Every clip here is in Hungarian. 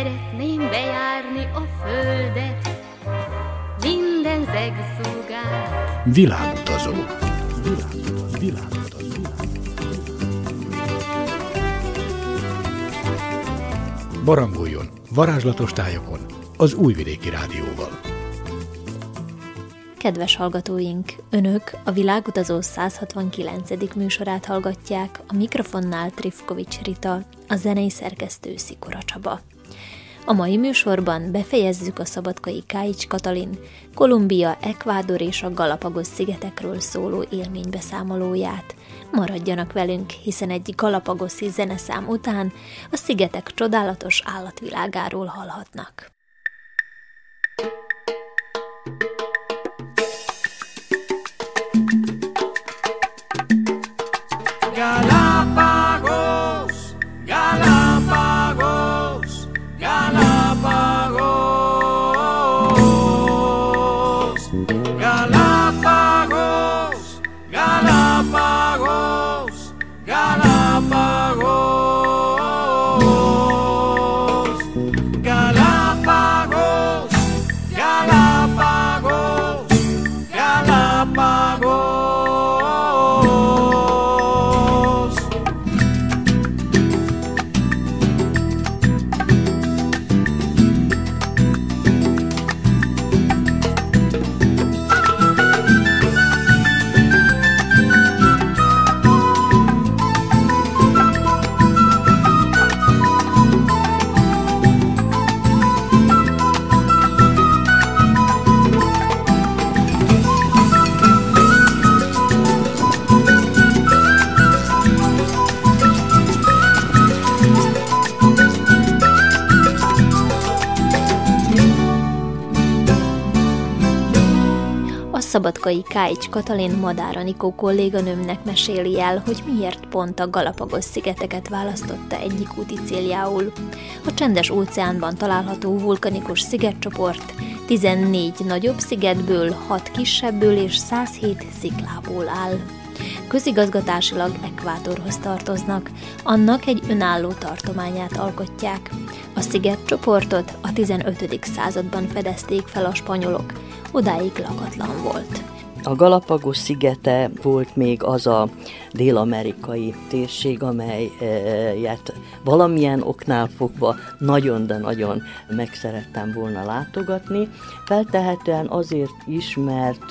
szeretném bejárni a földet, minden zegszúgát. Világutazó. Barangoljon varázslatos tájokon az Újvidéki Rádióval. Kedves hallgatóink, Önök a Világutazó 169. műsorát hallgatják, a mikrofonnál Trifkovics Rita, a zenei szerkesztő Szikora Csaba. A mai műsorban befejezzük a szabadkai Káics Katalin, Kolumbia, Ekvádor és a Galapagos-szigetekről szóló élménybeszámolóját. Maradjanak velünk, hiszen egy galapagoszi zeneszám után a szigetek csodálatos állatvilágáról hallhatnak. Galápagos, Galápagos, Galápagos, Galápagos, Galápagos, Galápagos, Galápagos, Galápagos, Galápagos. Szabadkai Káics Katalin Madár Anikó kolléganőmnek meséli el, hogy miért pont a Galapagos-szigeteket választotta egyik úti céljául. A Csendes-óceánban található vulkanikus szigetcsoport 14 nagyobb szigetből, 6 kisebből és 107 sziklából áll. Közigazgatásilag Ekvádorhoz tartoznak, annak egy önálló tartományát alkotják. A szigetcsoportot a 15. században fedezték fel a spanyolok, odáig lakatlan volt. A Galapagos szigete volt még az a dél-amerikai térség, amelyet valamilyen oknál fogva nagyon, de nagyon meg szerettem volna látogatni. Feltehetően azért is, mert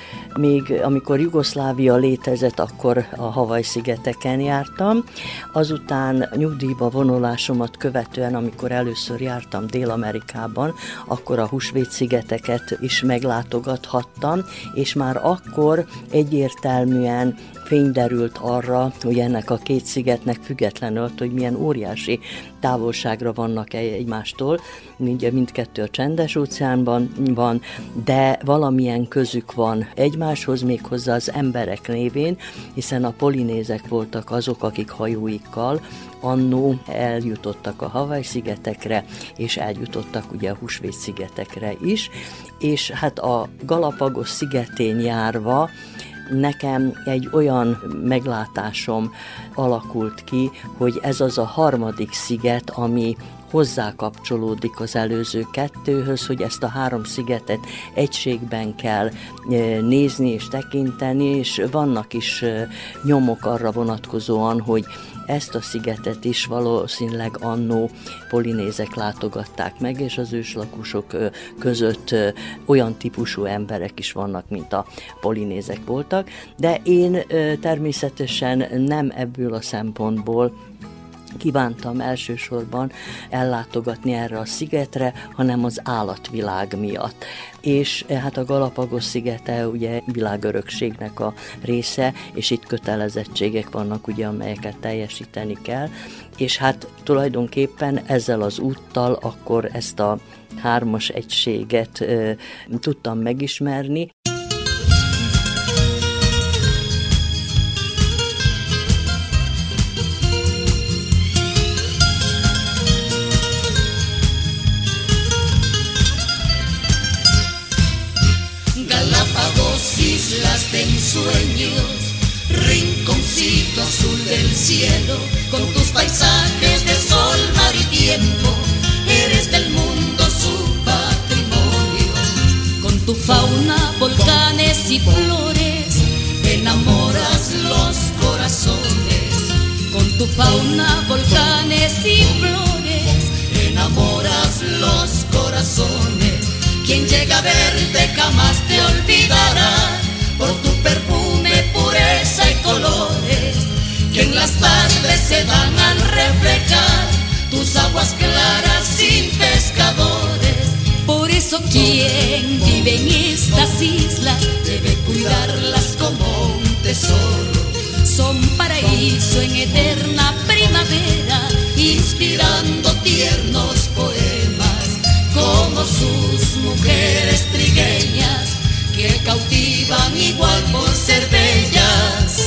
még amikor Jugoszlávia létezett, akkor a Havaj-szigeteken jártam. Azután nyugdíjba vonulásomat követően, amikor először jártam Dél-Amerikában, akkor a Húsvét-szigeteket is meglátogathattam, és már akkor egyértelműen fény derült arra, hogy ennek a két szigetnek függetlenül, hogy milyen óriási távolságra vannak egymástól, ugye mindkettő a Csendes-óceánban van, de valamilyen közük van egymáshoz, méghozzá az emberek névén, hiszen a polinézek voltak azok, akik hajóikkal annó eljutottak a Havaj-szigetekre, és eljutottak ugye a Húsvét-szigetekre is, és hát a Galapagos szigetén járva nekem egy olyan meglátásom alakult ki, hogy ez az a harmadik sziget, ami hozzá kapcsolódik az előző kettőhöz, hogy ezt a három szigetet egységben kell nézni és tekinteni, és vannak is nyomok arra vonatkozóan, hogy ezt a szigetet is valószínűleg annó polinézek látogatták meg, és az őslakosok között olyan típusú emberek is vannak, mint a polinézek voltak, de én természetesen nem ebből a szempontból kívántam elsősorban ellátogatni erre a szigetre, hanem az állatvilág miatt. És hát a Galapagos szigete ugye világörökségnek a része, és itt kötelezettségek vannak, ugye, amelyeket teljesíteni kell, és hát tulajdonképpen ezzel az úttal akkor ezt a hármas egységet tudtam megismerni. Islas de ensueños, rinconcito azul del cielo, con tus paisajes de sol, mar y tiempo, eres y flores, enamoras los corazones. Quien llega a verte jamás te olvidará, por tu perfume, pureza y colores, que en las tardes se dan al reflejar tus aguas claras sin pescadores. Por eso quien vive en estas islas debe cuidarlas como un tesoro. Son paraíso en eterna primavera, inspirando tiernos poemas, como sus mujeres trigueñas, que cautivan igual por ser bellas.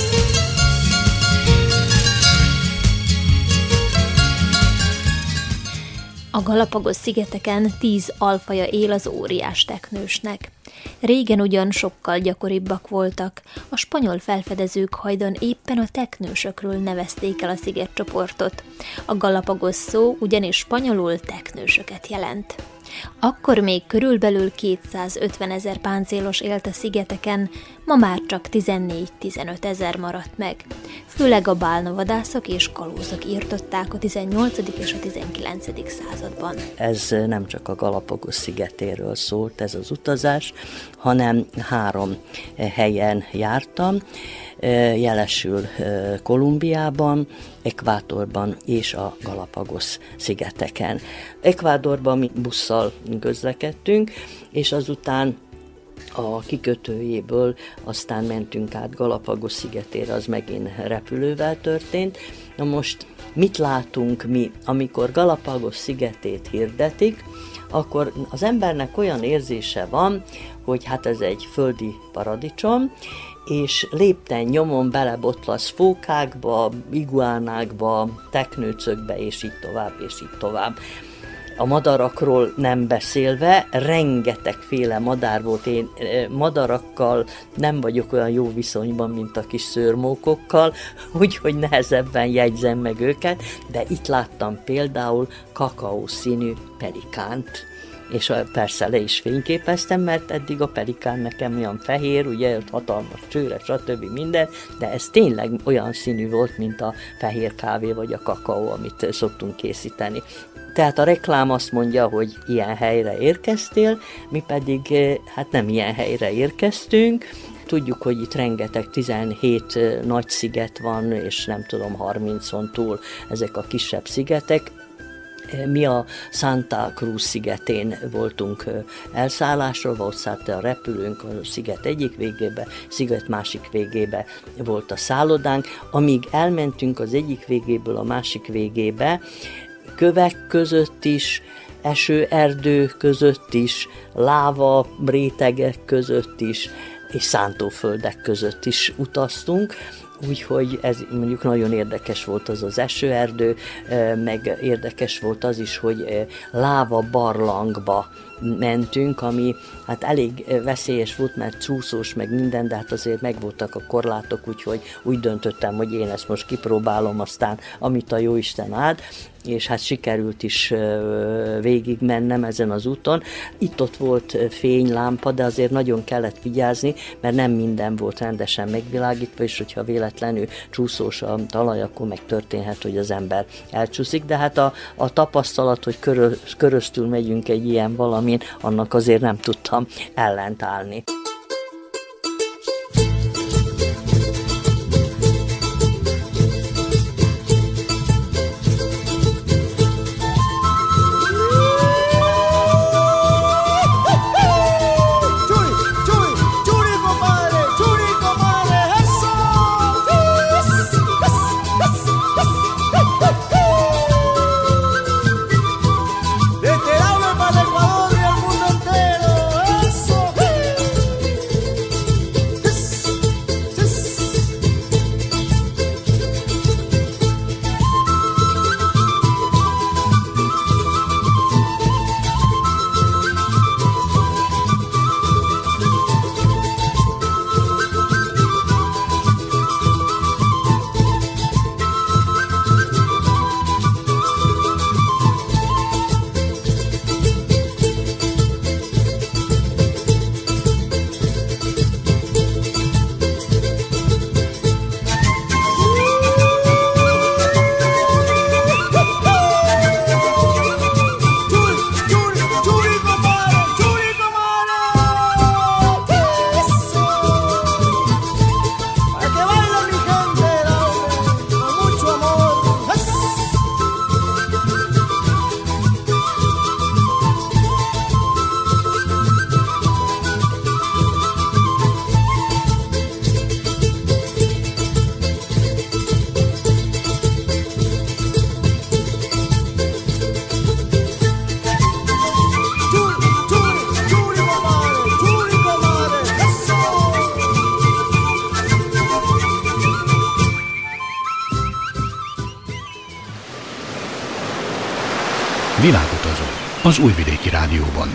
A Galapagos-szigeteken 10 alfaja él az óriás teknősnek. Régen ugyan sokkal gyakoribbak voltak, a spanyol felfedezők hajdan éppen a teknősökről nevezték el a szigetcsoportot. A Galapagos szó ugyanis spanyolul teknősöket jelent. Akkor még körülbelül 250 000 páncélos élt a szigeteken, ma már csak 14-15 000 maradt meg. Főleg a bálnavadászok és kalózok írtották a 18. és a 19. században. Ez nem csak a Galapagos szigetéről szólt ez az utazás, hanem 3 helyen jártam, jelesül Kolumbiában, Ekvádorban és a Galapagos szigeteken. Ekvádorban mi busszal közlekedtünk, és azután a kikötőjéből aztán mentünk át Galapagos szigetére, az megint repülővel történt. Na most mit látunk mi, amikor Galapagos szigetét hirdetik, akkor az embernek olyan érzése van, hogy hát ez egy földi paradicsom, és lépten nyomon belebotlasz fókákba, iguánákba, teknőcökbe, és így tovább, és így tovább. A madarakról nem beszélve, rengetegféle madár volt. Én madarakkal nem vagyok olyan jó viszonyban, mint a kis szőrmókokkal, úgyhogy nehezebben jegyzem meg őket, de itt láttam például kakaószínű pelikánt. És persze le is fényképeztem, mert eddig a pelikán nekem olyan fehér, ugye hatalmas csőre, stb. Minden, de ez tényleg olyan színű volt, mint a fehér kávé vagy a kakaó, amit szoktunk készíteni. Tehát a reklám azt mondja, hogy ilyen helyre érkeztél, mi pedig hát nem ilyen helyre érkeztünk. Tudjuk, hogy itt rengeteg 17 nagy sziget van, és nem tudom, 30-on túl ezek a kisebb szigetek. Mi a Santa Cruz szigetén voltunk elszállásról, ott szállt a repülőnk a sziget egyik végébe, sziget másik végébe volt a szállodánk. Amíg elmentünk az egyik végéből a másik végébe, kövek között is, esőerdő között is, láva rétegek között is, és szántóföldek között is utaztunk, úgyhogy ez mondjuk nagyon érdekes volt az az esőerdő, meg érdekes volt az is, hogy láva barlangba mentünk, ami hát elég veszélyes volt, mert csúszós meg minden, de hát azért megvoltak a korlátok, úgyhogy úgy döntöttem, hogy én ezt most kipróbálom, aztán amit a jóisten áld, és hát sikerült is végig mennem ezen az úton. Itt-ott volt fénylámpa, de azért nagyon kellett vigyázni, mert nem minden volt rendesen megvilágítva, és hogyha véletlenül csúszós a talaj, akkor megtörténhet, hogy az ember elcsúszik, de hát a tapasztalat, hogy köröztül megyünk egy ilyen valamin, annak azért nem tudtam ellentállni. Világutazó az Újvidéki Rádióban.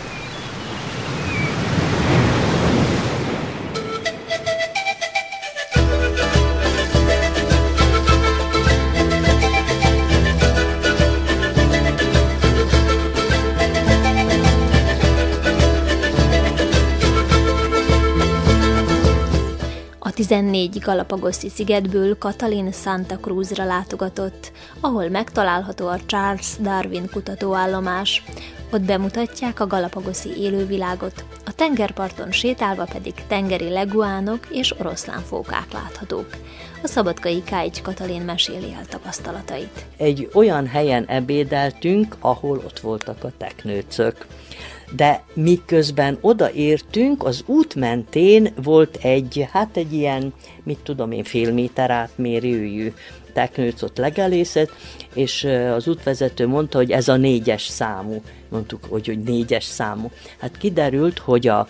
A 14 Galapagoszi szigetből Katalin Santa Cruzra látogatott, ahol megtalálható a Charles Darwin kutatóállomás. Ott bemutatják a galapagoszi élővilágot, a tengerparton sétálva pedig tengeri leguánok és oroszlánfókák láthatók. A szabadkai Káics Katalin meséli el tapasztalatait. Egy olyan helyen ebédeltünk, ahol ott voltak a teknőcök. De miközben odaértünk, az út mentén volt egy ilyen, fél méter átmérőjű teknőc ott legelészett, és az útvezető mondta, hogy ez a 4-es számú. Mondtuk, hogy 4-es számú. Hát kiderült, hogy a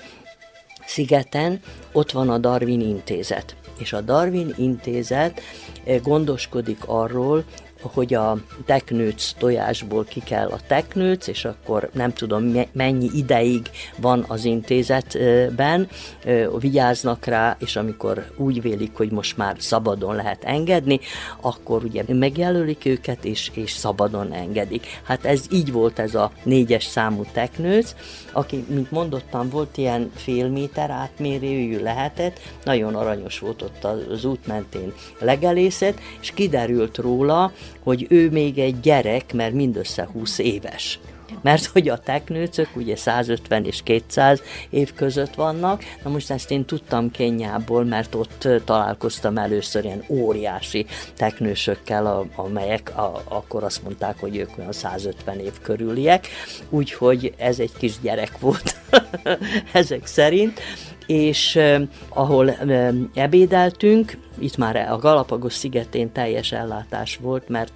szigeten ott van a Darwin intézet. És a Darwin intézet gondoskodik arról, hogy a teknőc tojásból ki kell a teknőc, és akkor nem tudom mennyi ideig van az intézetben, vigyáznak rá, és amikor úgy vélik, hogy most már szabadon lehet engedni, akkor ugye megjelölik őket, és szabadon engedik. Hát ez így volt ez a 4-es számú teknőc, aki, mint mondottam, volt ilyen fél méter átmérőjű lehetett, nagyon aranyos volt ott az út mentén legelészet, és kiderült róla, hogy ő még egy gyerek, mert mindössze 20 éves. Mert hogy a teknőcök ugye 150 és 200 év között vannak, na most ezt én tudtam Kenyából, mert ott találkoztam először ilyen óriási teknősökkel, amelyek akkor azt mondták, hogy ők olyan 150 év körüliek, úgyhogy ez egy kis gyerek volt ezek szerint, és ahol ebédeltünk, itt már a Galapagos szigetén teljes ellátás volt, mert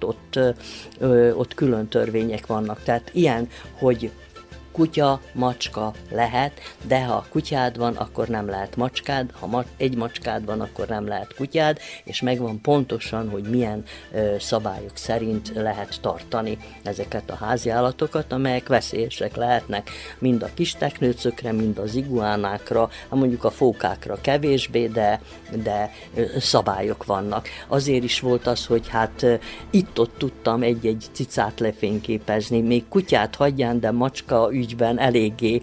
ott külön törvények vannak. Tehát ilyen, hogy kutya, macska lehet, de ha kutyád van, akkor nem lehet macskád, ha egy macskád van, akkor nem lehet kutyád, és megvan pontosan, hogy milyen szabályok szerint lehet tartani ezeket a háziállatokat, amelyek veszélyesek lehetnek mind a kis teknőcökre, mind az iguánákra, mondjuk a fókákra kevésbé, de szabályok vannak. Azért is volt az, hogy hát itt-ott tudtam egy-egy cicát lefényképezni, még kutyát hagyján, de macska ügyben eléggé,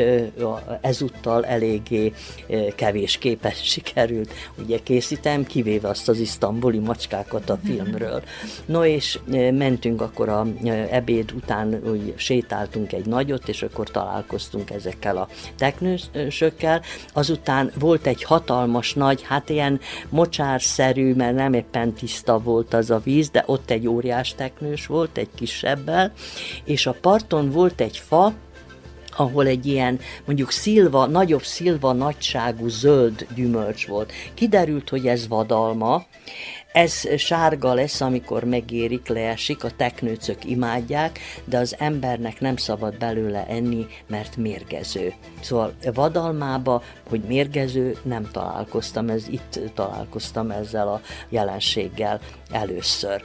ezúttal eléggé kevés képet sikerült ugye készítem, kivéve azt az isztambuli macskákat a filmről. No és mentünk akkor a ebéd után, úgy sétáltunk egy nagyot, és akkor találkoztunk ezekkel a teknősökkel. Azután volt egy hatalmas nagy, hát ilyen mocsárszerű, mert nem éppen tiszta volt az a víz, de ott egy óriás teknős volt, egy kisebbel, és a parton volt egy fa, ahol egy ilyen, mondjuk nagyobb szilva nagyságú zöld gyümölcs volt. Kiderült, hogy ez vadalma, ez sárga lesz, amikor megérik, leesik, a teknőcök imádják, de az embernek nem szabad belőle enni, mert mérgező. Szóval vadalmába, hogy mérgező, nem találkoztam, itt találkoztam ezzel a jelenséggel először.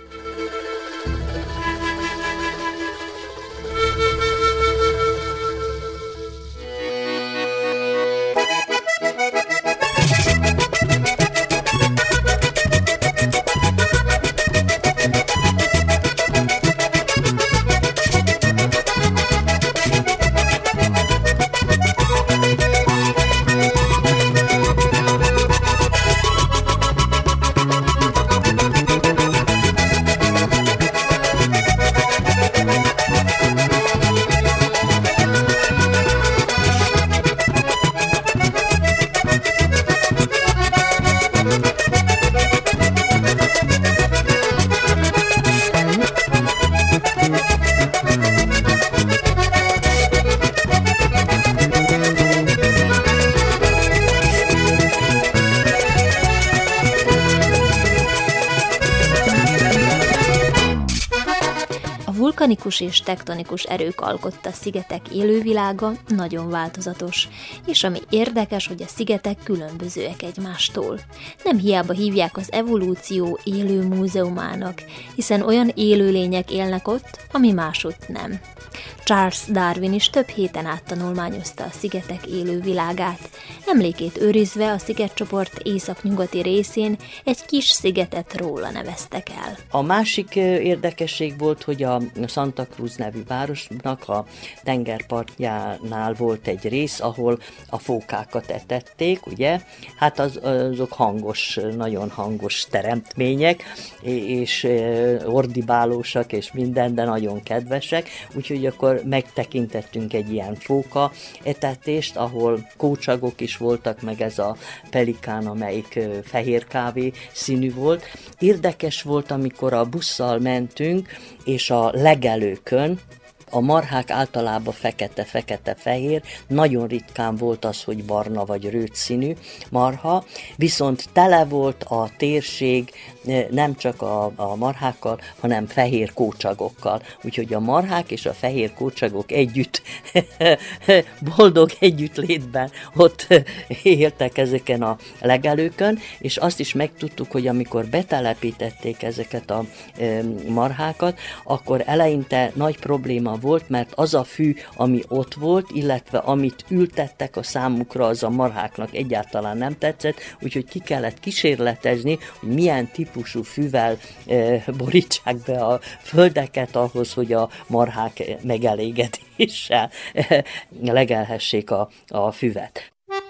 vulkanikus és tektonikus erők alkotta szigetek élővilága nagyon változatos, és ami érdekes, hogy a szigetek különbözőek egymástól. Nem hiába hívják az evolúció élő múzeumának, hiszen olyan élőlények élnek ott, ami másutt nem. Charles Darwin is több héten át tanulmányozta a szigetek élővilágát. Emlékét őrizve a szigetcsoport északnyugati részén egy kis szigetet róla neveztek el. A másik érdekesség volt, hogy a Santa Cruz nevű városnak a tengerpartjánál volt egy rész, ahol a fókákat etették, ugye? Hát azok hangos, nagyon hangos teremtmények, és ordibálósak és minden, de nagyon kedvesek, úgyhogy akkor megtekintettünk egy ilyen fóka etetést, ahol kócsagok is voltak, meg ez a pelikán, amelyik fehér kávé színű volt. Érdekes volt, amikor a busszal mentünk, és a legelőkön a marhák általában fekete-fekete-fehér, nagyon ritkán volt az, hogy barna vagy rőt színű marha, viszont tele volt a térség nem csak a marhákkal, hanem fehér kócsagokkal. Úgyhogy a marhák és a fehér kócsagok együtt, boldog együttlétben ott éltek ezeken a legelőkön, és azt is megtudtuk, hogy amikor betelepítették ezeket a marhákat, akkor eleinte nagy probléma volt, mert az a fű, ami ott volt, illetve amit ültettek a számukra, az a marháknak egyáltalán nem tetszett, úgyhogy ki kellett kísérletezni, hogy milyen típusú fűvel borítsák be a földeket ahhoz, hogy a marhák megelégedéssel legelhessék a füvet.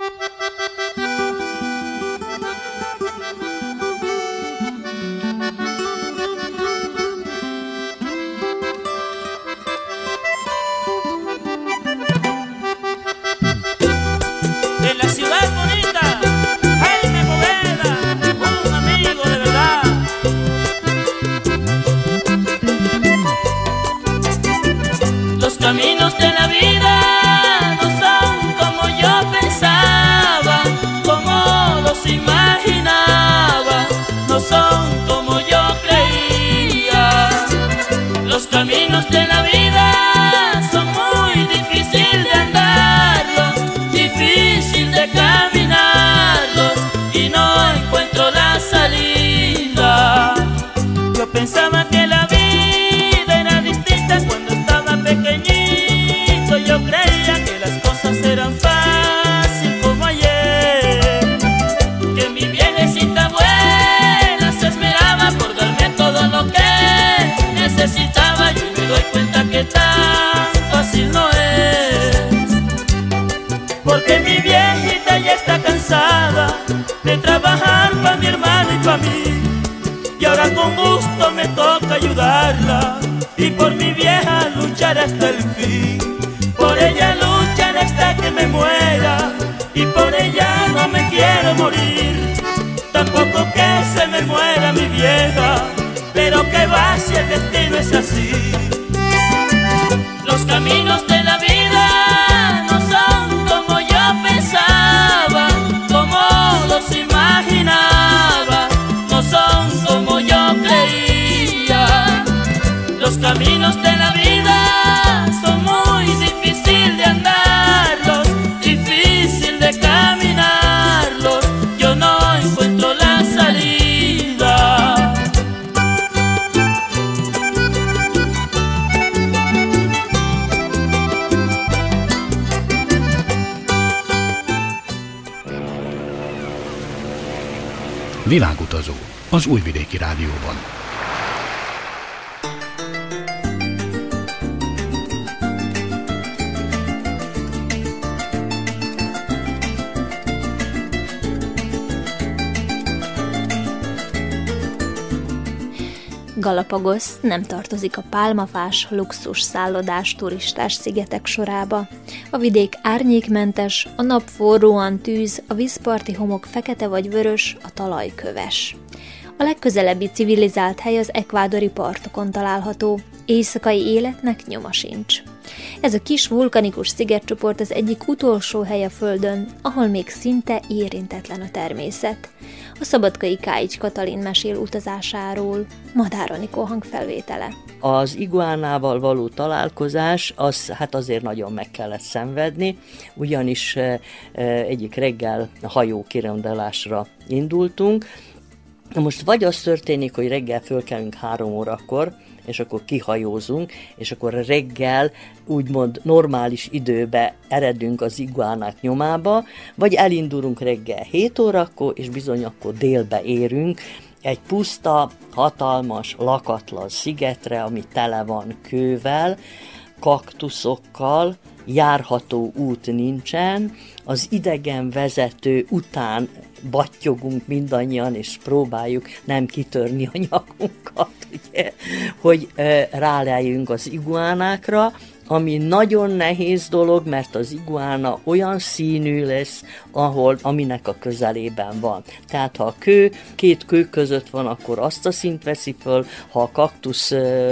Caminos de la vida no son como yo pensaba, como los imaginaba, no son como yo creía. Los caminos de la vida son muy difícil de andarlos, difícil de caminarlos y no encuentro la salida. Yo pensaba que la vida era distinta cuando estaba pequeñito, yo creía que las cosas eran fácil como ayer, que mi viejecita buena se esmeraba por darme todo lo que necesitaba, y me doy cuenta que tan fácil no es, porque mi viejita ya está cansada de trabajar para mi hermano y para mí, y ahora con gusto me toca ayudarla, y por mi vieja luchar hasta el fin. Por ella luchar hasta que me muera, y por ella no me quiero morir. Tampoco que se me muera mi vieja, pero que va si el destino es así. Los caminos de la vida no son como yo pensaba, como los imaginaba, no son como yo creía. Los caminos de la vida son muy difícil de andarlos, difícil de caminarlos, yo no encuentro la salida. Világutazó az Újvidéki Rádióban. Galapagos nem tartozik a pálmafás, luxus szállodás turistás szigetek sorába. A vidék árnyékmentes, a nap forróan tűz, a vízparti homok fekete vagy vörös, a talaj köves. A legközelebbi civilizált hely az ekvádori partokon található. Éjszakai életnek nyoma sincs. Ez a kis vulkanikus szigetcsoport az egyik utolsó hely a Földön, ahol még szinte érintetlen a természet. A szabadkai Káics Katalin mesél utazásáról, Madár Anikó hangfelvétele. Az iguánával való találkozás, az hát azért nagyon meg kellett szenvedni, ugyanis egyik reggel hajó kirendelásra indultunk. Most vagy az történik, hogy reggel fölkelünk 3 órakor, és akkor kihajózunk, és akkor reggel úgymond normális időbe eredünk az iguánák nyomába, vagy elindulunk reggel 7 órakor, és bizony akkor délbe érünk egy puszta, hatalmas, lakatlan szigetre, ami tele van kővel, kaktuszokkal, járható út nincsen, az idegen vezető után battyogunk mindannyian, és próbáljuk nem kitörni a nyakunkat, ugye, hogy ráleljünk az iguánákra, ami nagyon nehéz dolog, mert az iguána olyan színű lesz, aminek a közelében van. Tehát ha a kő, 2 kő között van, akkor azt a szint veszi föl, ha a kaktusz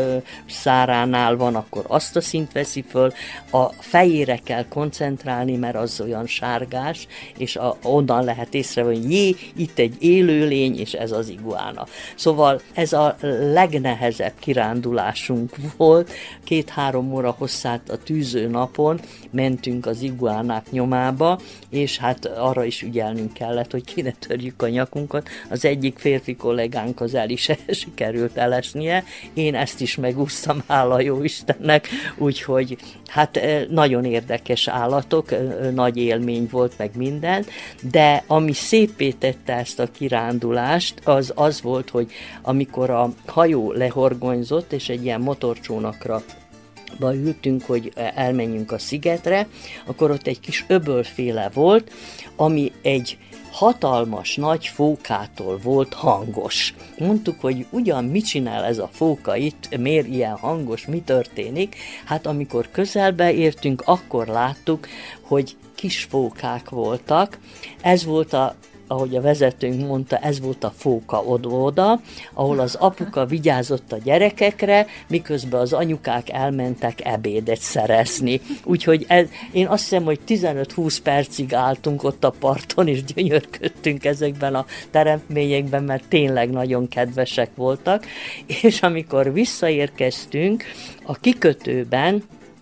száránál van, akkor azt a szint veszi föl. A fejére kell koncentrálni, mert az olyan sárgás, és onnan lehet észrevenni, hogy itt egy élőlény, és ez az iguána. Szóval ez a legnehezebb kirándulásunk volt, 2-3 óra hosszát a tűző napon mentünk az iguánák nyomába, és hát arra is ügyelnünk kellett, hogy ki ne törjük a nyakunkat. Az egyik férfi kollégánk az el is sikerült elesnie, én ezt is megúsztam, hála jó Istennek, úgyhogy hát nagyon érdekes állatok, nagy élmény volt meg minden, de ami szépé tette ezt a kirándulást, az volt, hogy amikor a hajó lehorgonyzott, és egy ilyen motorcsónakra ültünk, hogy elmenjünk a szigetre, akkor ott egy kis öbölféle volt, ami egy hatalmas nagy fókától volt hangos. Mondtuk, hogy ugyan mit csinál ez a fóka itt, miért ilyen hangos, mi történik? Hát amikor közelbe értünk, akkor láttuk, hogy kis fókák voltak. Ez volt ahogy a vezetőnk mondta, ez volt a fóka oda, ahol az apuka vigyázott a gyerekekre, miközben az anyukák elmentek ebédet szerezni. Úgyhogy én azt hiszem, hogy 15-20 percig álltunk ott a parton, és gyönyörködtünk ezekben a teremtményekben, mert tényleg nagyon kedvesek voltak. És amikor visszaérkeztünk, a kikötőben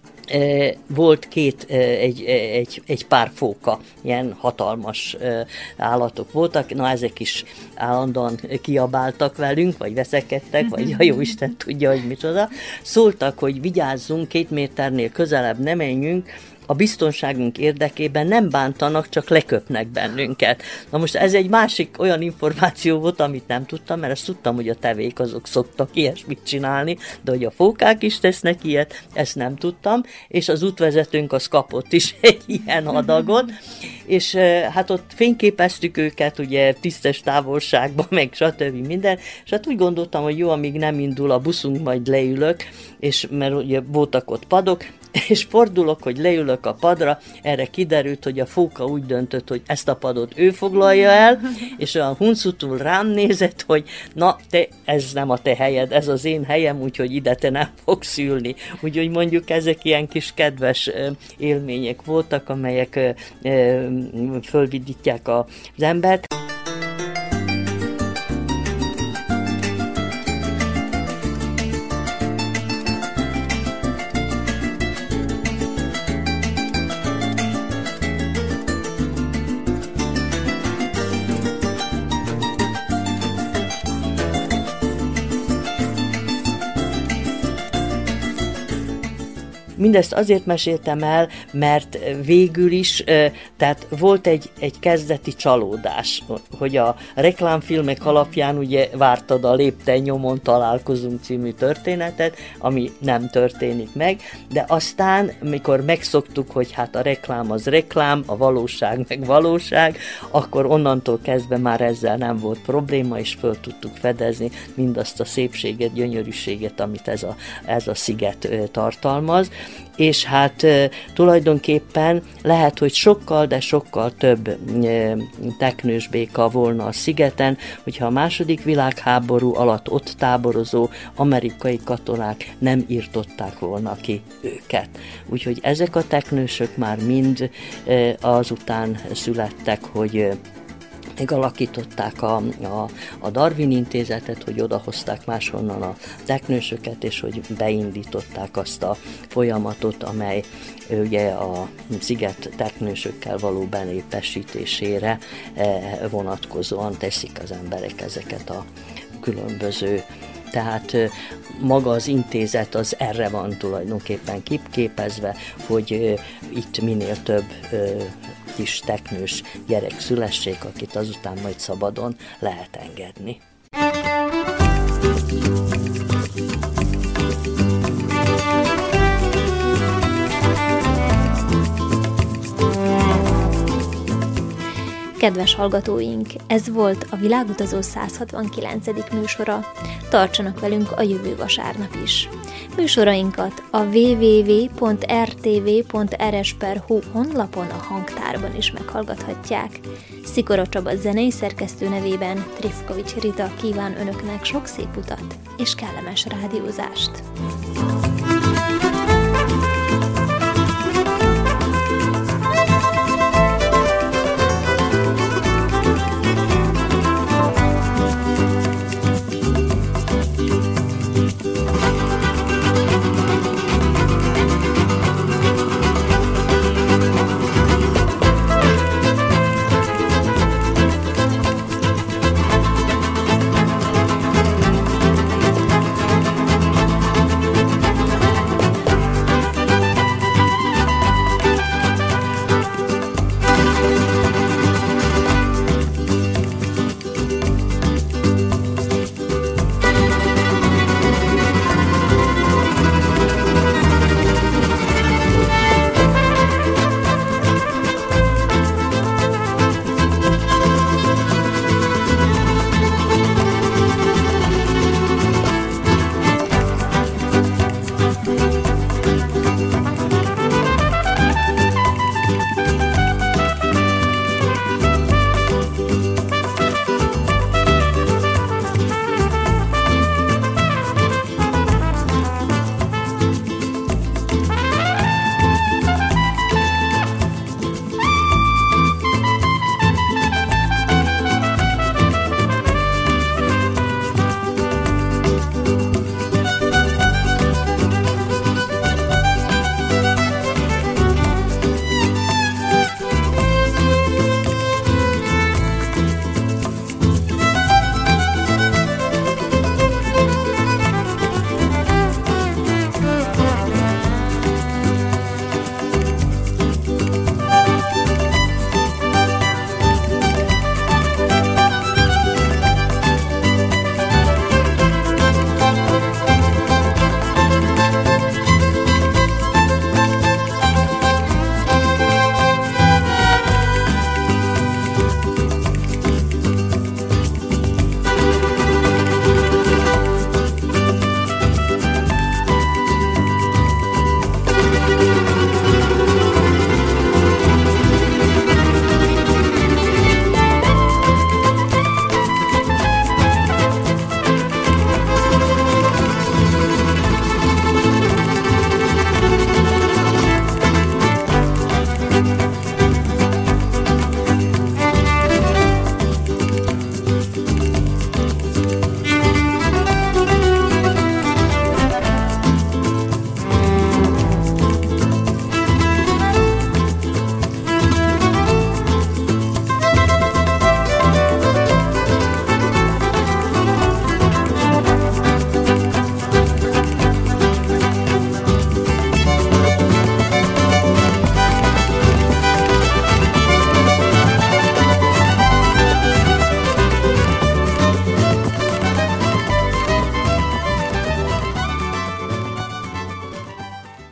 volt egy pár fóka, ilyen hatalmas állatok voltak, na ezek is állandóan kiabáltak velünk, vagy veszekedtek, vagy a jóisten tudja, hogy micsoda. Szóltak, hogy vigyázzunk, 2 méternél közelebb ne menjünk, a biztonságunk érdekében nem bántanak, csak leköpnek bennünket. Na most ez egy másik olyan információ volt, amit nem tudtam, mert azt tudtam, hogy a tevék azok szoktak ilyesmit csinálni, de hogy a fókák is tesznek ilyet, ezt nem tudtam, és az útvezetőnk az kapott is egy ilyen adagot, és hát ott fényképeztük őket, ugye tisztes távolságban, meg stb. Minden, és hát úgy gondoltam, hogy jó, amíg nem indul a buszunk, majd leülök, és mert ugye voltak ott padok, és fordulok, hogy leülök a padra, erre kiderült, hogy a fóka úgy döntött, hogy ezt a padot ő foglalja el, és olyan huncutul rám nézett, hogy na, ez nem a te helyed, ez az én helyem, úgyhogy ide te nem fogsz ülni. Úgyhogy mondjuk ezek ilyen kis kedves élmények voltak, amelyek fölvidítják az embert. Mindezt azért meséltem el, mert végül is, tehát volt egy kezdeti csalódás, hogy a reklámfilmek alapján ugye vártad a Lépten nyomon találkozunk című történetet, ami nem történik meg, de aztán, mikor megszoktuk, hogy hát a reklám az reklám, a valóság meg valóság, akkor onnantól kezdve már ezzel nem volt probléma, és föl tudtuk fedezni mindazt a szépséget, gyönyörűséget, amit ez a sziget tartalmaz. és hát tulajdonképpen lehet, hogy sokkal, de sokkal több teknős béka volna a szigeten, hogyha a II. Világháború alatt ott táborozó amerikai katonák nem írtották volna ki őket. Úgyhogy ezek a teknősök már mind azután születtek, hogy megalakították a Darwin intézetet, hogy odahozták máshonnan a teknősöket, és hogy beindították azt a folyamatot, amely ugye a sziget teknősökkel való benépesítésére vonatkozóan teszik az emberek ezeket a különböző. Tehát maga az intézet az erre van tulajdonképpen képezve, hogy itt minél több kis teknős gyerek szülessék, akit azután majd szabadon lehet engedni. Kedves hallgatóink, ez volt a Világutazó 169. műsora. Tartsanak velünk a jövő vasárnap is. Műsorainkat a www.rtv.rs.hu honlapon a hangtárban is meghallgathatják. Szikora Csaba zenei szerkesztő nevében Trifkovics Rita kíván önöknek sok szép utat és kellemes rádiózást.